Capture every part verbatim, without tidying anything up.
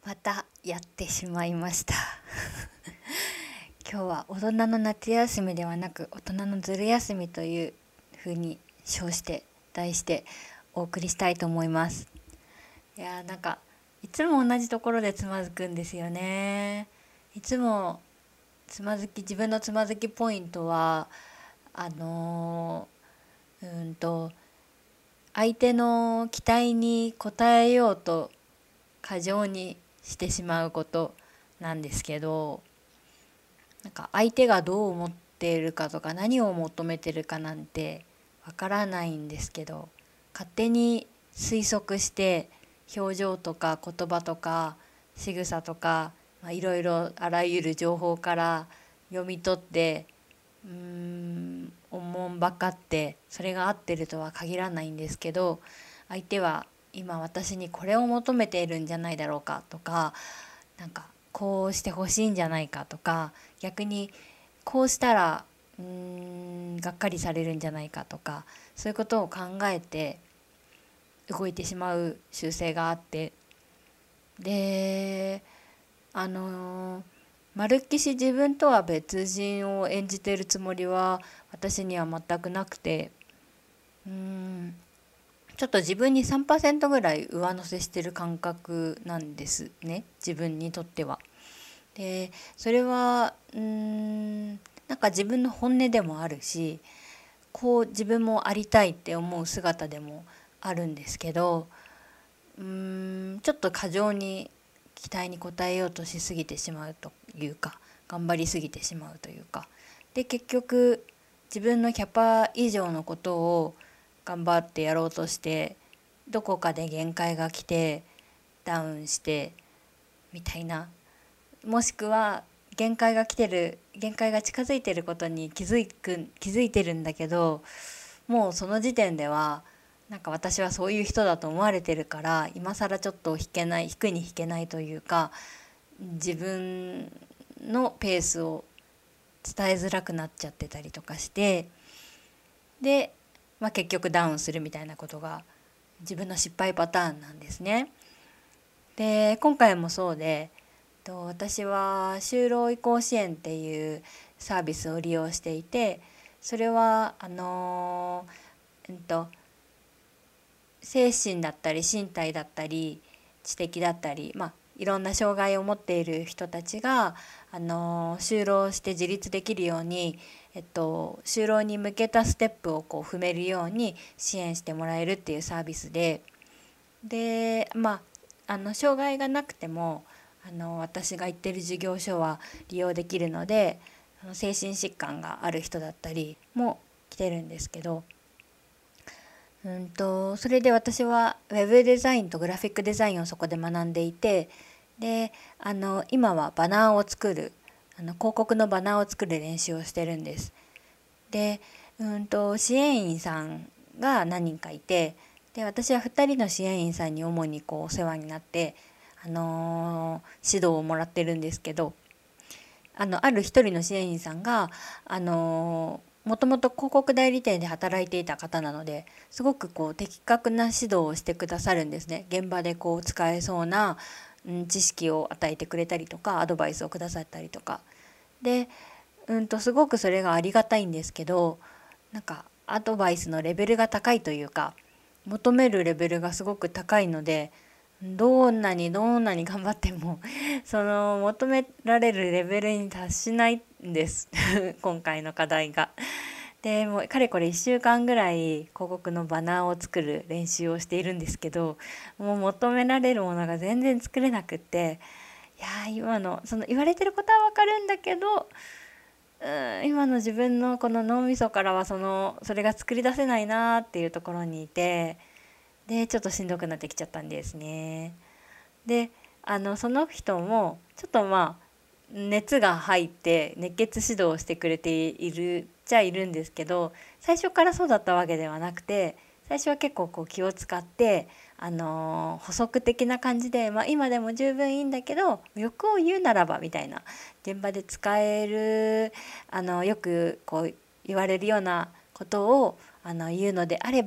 またやってしまいました今日は大人の夏休みではなく大人のずる休みという風に称して題してお送りしたいと思います。いやーなんかいつも同じところでつまずくんですよね。いつもつまずき自分のつまずきポイントはあのー、うんと相手の期待に応えようと過剰にしてしまうことなんですけど、なんか相手がどう思っているかとか何を求めてるかなんてわからないんですけど、勝手に推測して表情とか言葉とか仕草とか、まあ、いろいろあらゆる情報から読み取ってうーんおもんばかってそれが合ってるとは限らないんですけど、相手は今私にこれを求めているんじゃないだろうかとか、なんかこうしてほしいんじゃないかとか、逆にこうしたらうーんがっかりされるんじゃないかとか、そういうことを考えて動いてしまう習性があって、であのーまるっきし自分とは別人を演じているつもりは私には全くなくて、うーんちょっと自分にさんパーセントぐらい上乗せしてる感覚なんですね、自分にとっては。でそれはうーんなんか自分の本音でもあるし、こう自分もありたいって思う姿でもあるんですけど、うーんちょっと過剰に期待に応えようとしすぎてしまうというか、頑張りすぎてしまうというかで、結局自分のキャパ以上のことを頑張ってやろうとしてどこかで限界が来てダウンしてみたいな、もしくは限界が来てる限界が近づいてることに気づく気づいてるんだけど、もうその時点ではなんか私はそういう人だと思われてるから、今更ちょっと引けない引くに引けないというか、自分のペースを伝えづらくなっちゃってたりとかして、で、まあ、結局ダウンするみたいなことが自分の失敗パターンなんですね。で今回もそうで、私は就労移行支援っていうサービスを利用していて、それはあのー、うんと精神だったり身体だったり知的だったり、まあ、いろんな障害を持っている人たちが、あの就労して自立できるように、えっと、就労に向けたステップをこう踏めるように支援してもらえるっていうサービスで、で、まあ、あの障害がなくてもあの私が行ってる事業所は利用できるので、精神疾患がある人だったりも来てるんですけど、うんとそれで私はウェブデザインとグラフィックデザインをそこで学んでいて、であの今はバナーを作るあの広告のバナーを作る練習をしてるんです。でうんと支援員さんが何人かいて、で私はふたりの支援員さんに主にこうお世話になって、あのー指導をもらってるんですけど、あのある一人の支援員さんがあのもともと広告代理店で働いていた方なので、すごくこう的確な指導をしてくださるんですね。現場でこう使えそうな、うん、知識を与えてくれたりとかアドバイスをくださったりとかで、うんとすごくそれがありがたいんですけど、なんかアドバイスのレベルが高いというか、求めるレベルがすごく高いので、どんなにどんなに頑張ってもその求められるレベルに達しないんです今回の課題が。でもうかれこれいっしゅうかんぐらい広告のバナーを作る練習をしているんですけど、もう求められるものが全然作れなくって、いやー今のその言われてることはわかるんだけど、うん今の自分のこの脳みそからはそのそれが作り出せないなーっていうところにいて、でちょっとしんどくなってきちゃったんですね。であのその人もちょっとまあ熱が入って熱血指導をしてくれているっちゃいるんですけど、最初からそうだったわけではなくて、最初は結構こう気を使って、あのー補足的な感じで、まあ、今でも十分いいんだけど欲を言うならばみたいな、現場で使えるあのよくこう言われるようなことをあの言うのであれば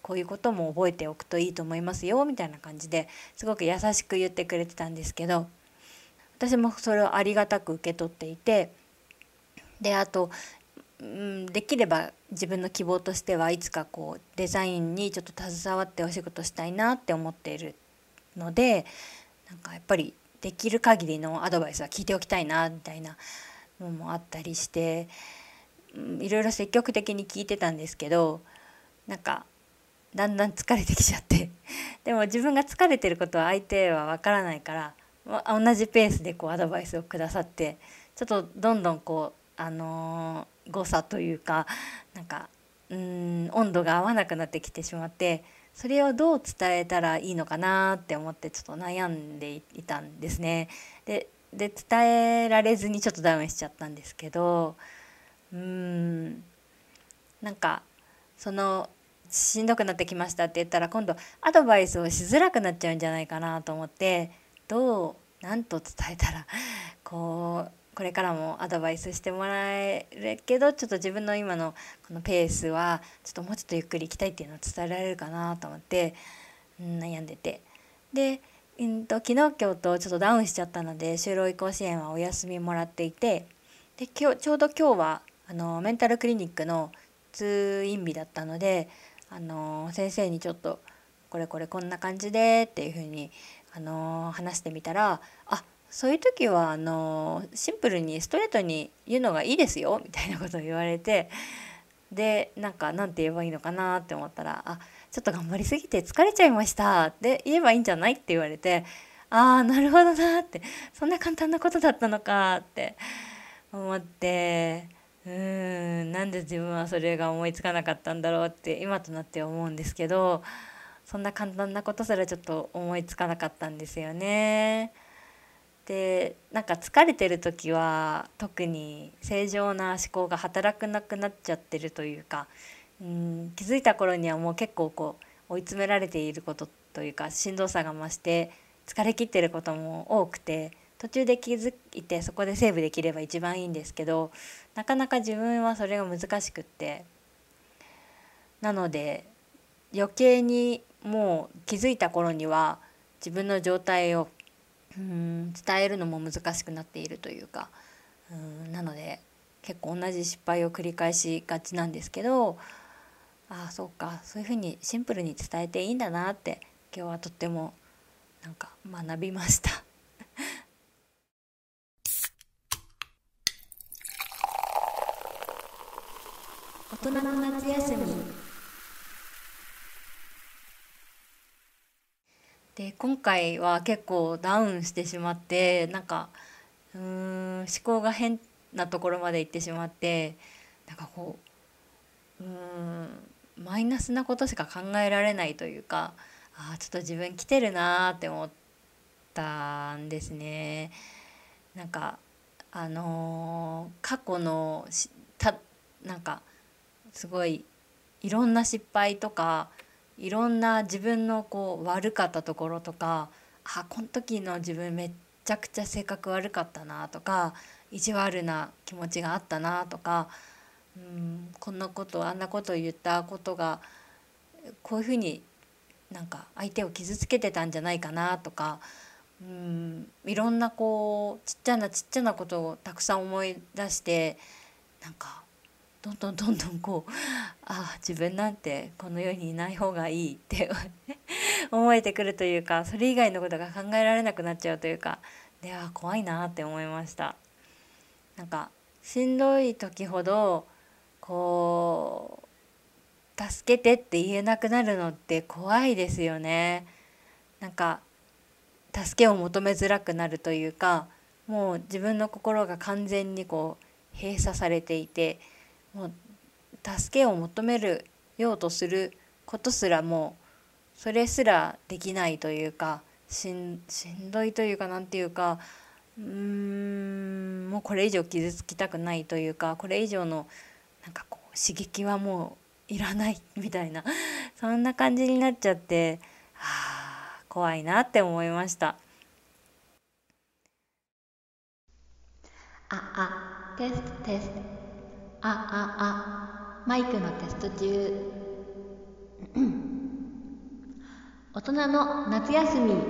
こういうことも覚えておくといいと思いますよみたいな感じですごく優しく言ってくれてたんですけど、私もそれをありがたく受け取っていて、であと、うん、できれば自分の希望としてはいつかこうデザインにちょっと携わってお仕事したいなって思っているので、なんかやっぱりできる限りのアドバイスは聞いておきたいなみたいなのもあったりして、うん、いろいろ積極的に聞いてたんですけど、なんかだんだん疲れてきちゃってでも自分が疲れてることは相手はわからないから、まあ、同じペースでこうアドバイスをくださって、ちょっとどんどんこうあのー誤差というか、なんかうーん温度が合わなくなってきてしまって、それをどう伝えたらいいのかなって思ってちょっと悩んでいたんですね。で、で伝えられずにちょっとダウンしちゃったんですけど、うーんなんかそのしんどくなってきましたって言ったら今度アドバイスをしづらくなっちゃうんじゃないかなと思って、どう何と伝えたらこうこれからもアドバイスしてもらえるけどちょっと自分の今のこのペースはちょっともうちょっとゆっくり行きたいっていうのを伝えられるかなと思って、うん、悩んでて、で、うんと、昨日今日とちょっとダウンしちゃったので就労移行支援はお休みもらっていて、で今日ちょうど今日はあのメンタルクリニックの通院日だったので、あの先生にちょっとこれこれこんな感じでっていう風にあの話してみたら、あ、そういう時はあのシンプルにストレートに言うのがいいですよみたいなことを言われて、でなんかなんて言えばいいのかなって思ったら、あ、ちょっと頑張りすぎて疲れちゃいましたって言えばいいんじゃないって言われて、ああなるほどなって、そんな簡単なことだったのかって思って、うーんなんで自分はそれが思いつかなかったんだろうって今となって思うんですけど、そんな簡単なことすらちょっと思いつかなかったんですよね。でなんか疲れてる時は特に正常な思考が働かなくなっちゃってるというか、うん、気づいた頃にはもう結構こう追い詰められていることというか、しんどさが増して疲れ切ってることも多くて、途中で気づいてそこでセーブできれば一番いいんですけど、なかなか自分はそれが難しくって、なので余計にもう気づいた頃には自分の状態をうん伝えるのも難しくなっているというか、うんなので結構同じ失敗を繰り返しがちなんですけど、ああそうか、そういうふうにシンプルに伝えていいんだなって今日はとってもなんか学びました。大人の夏休みで、今回は結構ダウンしてしまって、なんかうーん思考が変なところまで行ってしまって、なんかこううーんマイナスなことしか考えられないというか、あーちょっと自分来てるなーって思ったんですね。なんかあのー過去のしたなんかすごいいろんな失敗とかいろんな自分のこう悪かったところとか、あこの時の自分めっちゃくちゃ性格悪かったなとか、意地悪な気持ちがあったなとか、うん、こんなことあんなことを言ったことがこういうふうになんか相手を傷つけてたんじゃないかなとか、うん、いろんなこうちっちゃなちっちゃなことをたくさん思い出して、なんかどんどんどんどんこうああ自分なんてこの世にいない方がいいって思えてくるというか、それ以外のことが考えられなくなっちゃうというかで、は怖いなって思いました。なんかしんどい時ほどこう助けてって言えなくなるのって怖いですよね。なんか助けを求めづらくなるというか、もう自分の心が完全にこう閉鎖されていて、もう助けを求めるようとすることすらもうそれすらできないというか、しん、しんどいというか、なんていうか、うーんもうこれ以上傷つきたくないというか、これ以上のなんかこう刺激はもういらないみたいなそんな感じになっちゃって、はあ怖いなって思いました。ああテストテスト、あああマイクのテスト中大人の夏休み。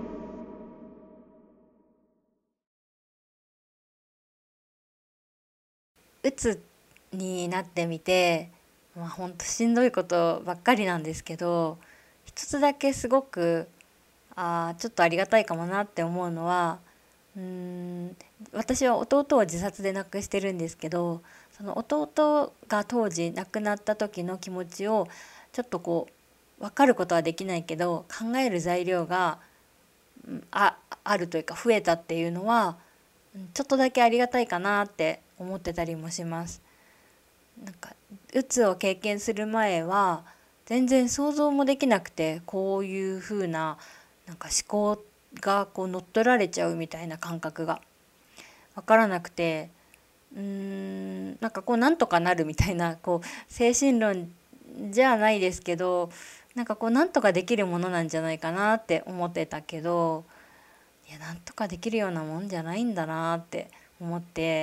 うつになってみて、まあ、ほんとしんどいことばっかりなんですけど、一つだけすごくあーちょっとありがたいかもなって思うのは、うーん私は弟を自殺で亡くしてるんですけど、その弟が当時亡くなった時の気持ちをちょっとこう分かることはできないけど考える材料がうんあ、あるというか増えたっていうのはうんちょっとだけありがたいかなって思ってたりもします。なんかうつを経験する前は全然想像もできなくて、こういう風ななんか思考がこう乗っ取られちゃうみたいな感覚が分からなくて、うーんなんかこうなんとかなるみたいな、こう精神論じゃないですけど、なんかこうなんとかできるものなんじゃないかなって思ってたけど、いやなんとかできるようなもんじゃないんだなって思って、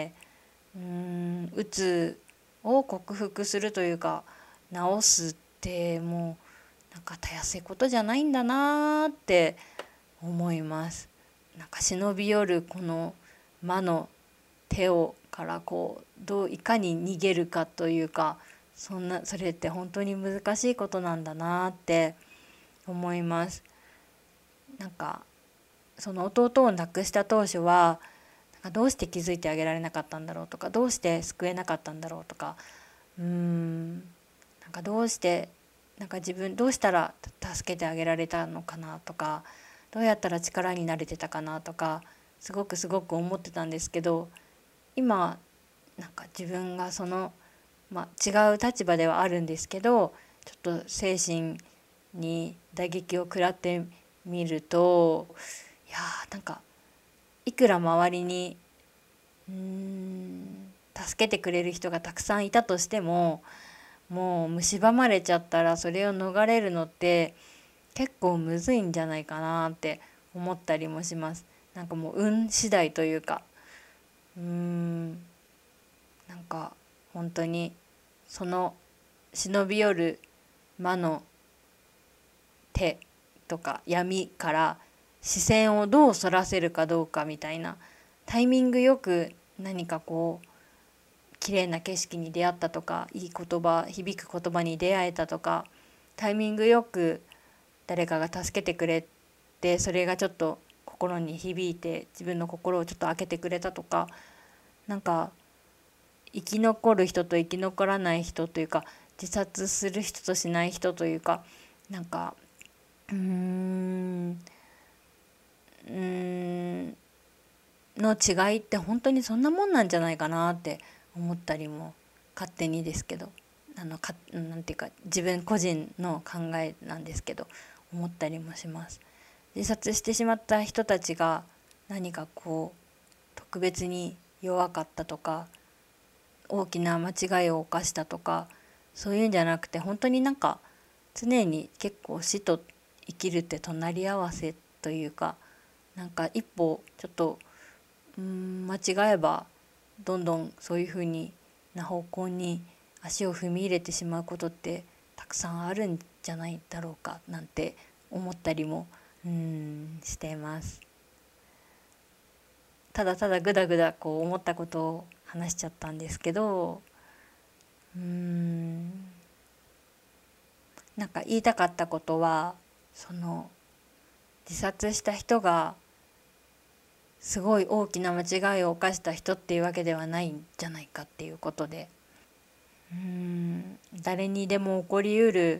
うーんうつを克服するというか治すってもうなんかたやすいことじゃないんだなって思います。なんか忍び寄るこの魔の手をからこうどういかに逃げるかというか、そんなそれって本当に難しいことなんだなって思います。なんかその弟を亡くした当初はなんかどうして気づいてあげられなかったんだろうとか、どうして救えなかったんだろうとか、うーんなんかどうしてなんか自分どうしたら助けてあげられたのかなとか、どうやったら力になれてたかなとか、すごくすごく思ってたんですけど、今なんか自分がその、まあ、違う立場ではあるんですけど、ちょっと精神に打撃を食らってみると、いやーなんかいくら周りにうーん助けてくれる人がたくさんいたとしても、もう蝕まれちゃったらそれを逃れるのって結構むずいんじゃないかなって思ったりもします。なんかもう運次第というか、うーんなんか本当にその忍び寄る魔の手とか闇から視線をどうそらせるかどうかみたいな、タイミングよく何かこう綺麗な景色に出会ったとか、いい言葉響く言葉に出会えたとか、タイミングよく誰かが助けてくれてそれがちょっと心に響いて自分の心をちょっと開けてくれたとか、なんか生き残る人と生き残らない人というか、自殺する人としない人というか、なんかうーんうーんの違いって本当にそんなもんなんじゃないかなって思ったりも、勝手にですけど、あのかなんていうか自分個人の考えなんですけど思ったりもします。自殺してしまった人たちが何かこう特別に弱かったとか大きな間違いを犯したとか、そういうんじゃなくて、本当になんか常に結構死と生きるって隣り合わせというか、なんか一歩ちょっとうーん間違えばどんどんそういう風にな方向に足を踏み入れてしまうことってたくさんあるんじゃないだろうかなんて思ったりもうーんしています。ただただぐだぐだこう思ったことを話しちゃったんですけど、うーんなんか言いたかったことは、その自殺した人がすごい大きな間違いを犯した人っていうわけではないんじゃないかっていうことで、うーん誰にでも起こりうる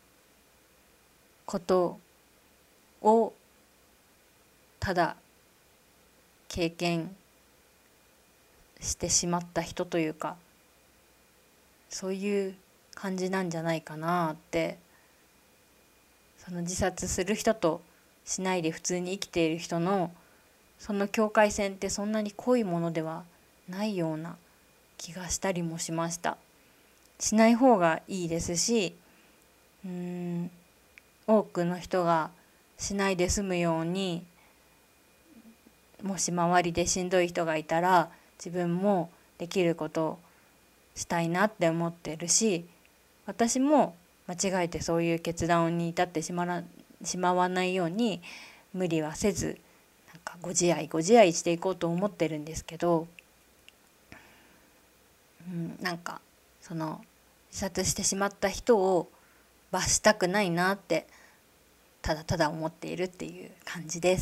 ことをただ経験してしまった人というか、そういう感じなんじゃないかなって、その自殺する人としないで普通に生きている人のその境界線ってそんなに濃いものではないような気がしたりもしました。しない方がいいですし、うーん多くの人がしないで済むように、もし周りでしんどい人がいたら自分もできることをしたいなって思ってるし、私も間違えてそういう決断に至ってしまらしまわないように無理はせず、なんかご自愛ご自愛していこうと思ってるんですけど、うん、なんかその自殺してしまった人を罰したくないなってただただ思っているっていう感じです。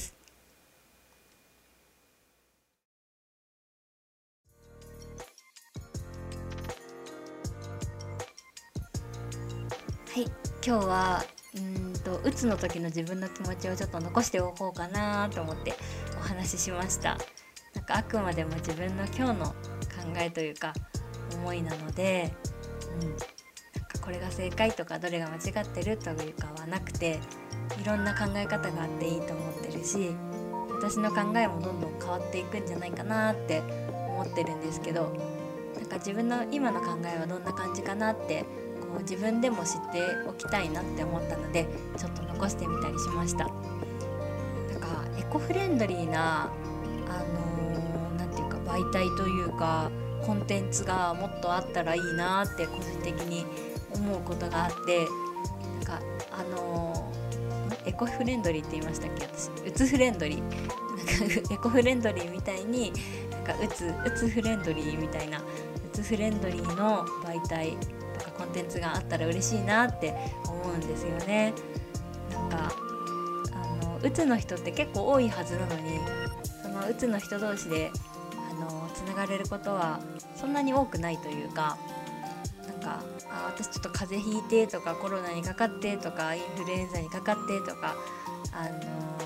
はい、今日はうんとうつの時の自分の気持ちをちょっと残しておこうかなと思ってお話ししました。なんかあくまでも自分の今日の考えというか思いなので、うん、なんかこれが正解とかどれが間違ってるというかはなくて、いろんな考え方があっていいと思ってるし、私の考えもどんどん変わっていくんじゃないかなって思ってるんですけど、なんか自分の今の考えはどんな感じかなってこう自分でも知っておきたいなって思ったので、ちょっと残してみたりしました。なんかエコフレンドリーなあのー、なんていうか媒体というかコンテンツがもっとあったらいいなって個人的に思うことがあって、なんかあのー、エコフレンドリーって言いましたっけ、私うつフレンドリーなんかエコフレンドリーみたいになんかうつうつフレンドリーみたいなうつフレンドリーの媒体とかコンテンツがあったら嬉しいなって思うんですよね。なんかあのうつの人って結構多いはずなのに、そのうつの人同士であのつながれることはそんなに多くないというか、なんかあ私ちょっと風邪ひいてとかコロナにかかってとかインフルエンザにかかってとか、あの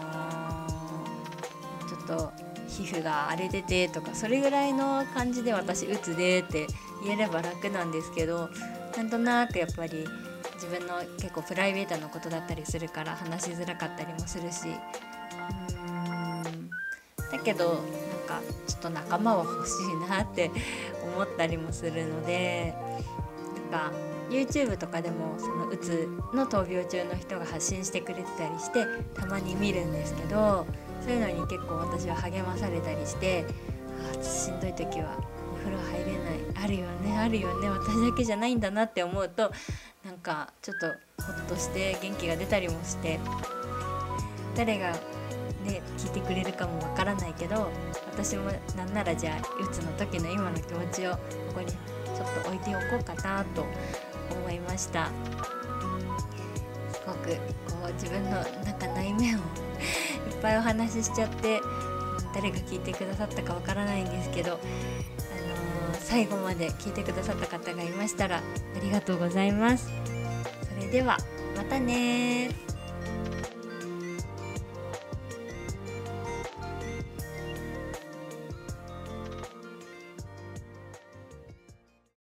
ー、ちょっと皮膚が荒れててとか、それぐらいの感じで私うつでって言えれば楽なんですけど、なんとなくやっぱり自分の結構プライベートなことだったりするから話しづらかったりもするし、うーんだけどなんかちょっと仲間は欲しいなって思ったりもするので、なんか YouTube とかでもそのうつの闘病中の人が発信してくれてたりしてたまに見るんですけど、そういうのに結構私は励まされたりして、あしんどい時はお風呂入れない、あるよねあるよね、私だけじゃないんだなって思うと、なんかちょっとほっとして元気が出たりもして、誰がね聞いてくれるかもわからないけど、私もなんならじゃあうつの時の今の気持ちをここにちょっと置いておこうかなと思いました。すごくこう自分のなんか内面をいっぱいお話ししちゃって、誰が聞いてくださったかわからないんですけど、あのー、最後まで聞いてくださった方がいましたらありがとうございます。それではまたね。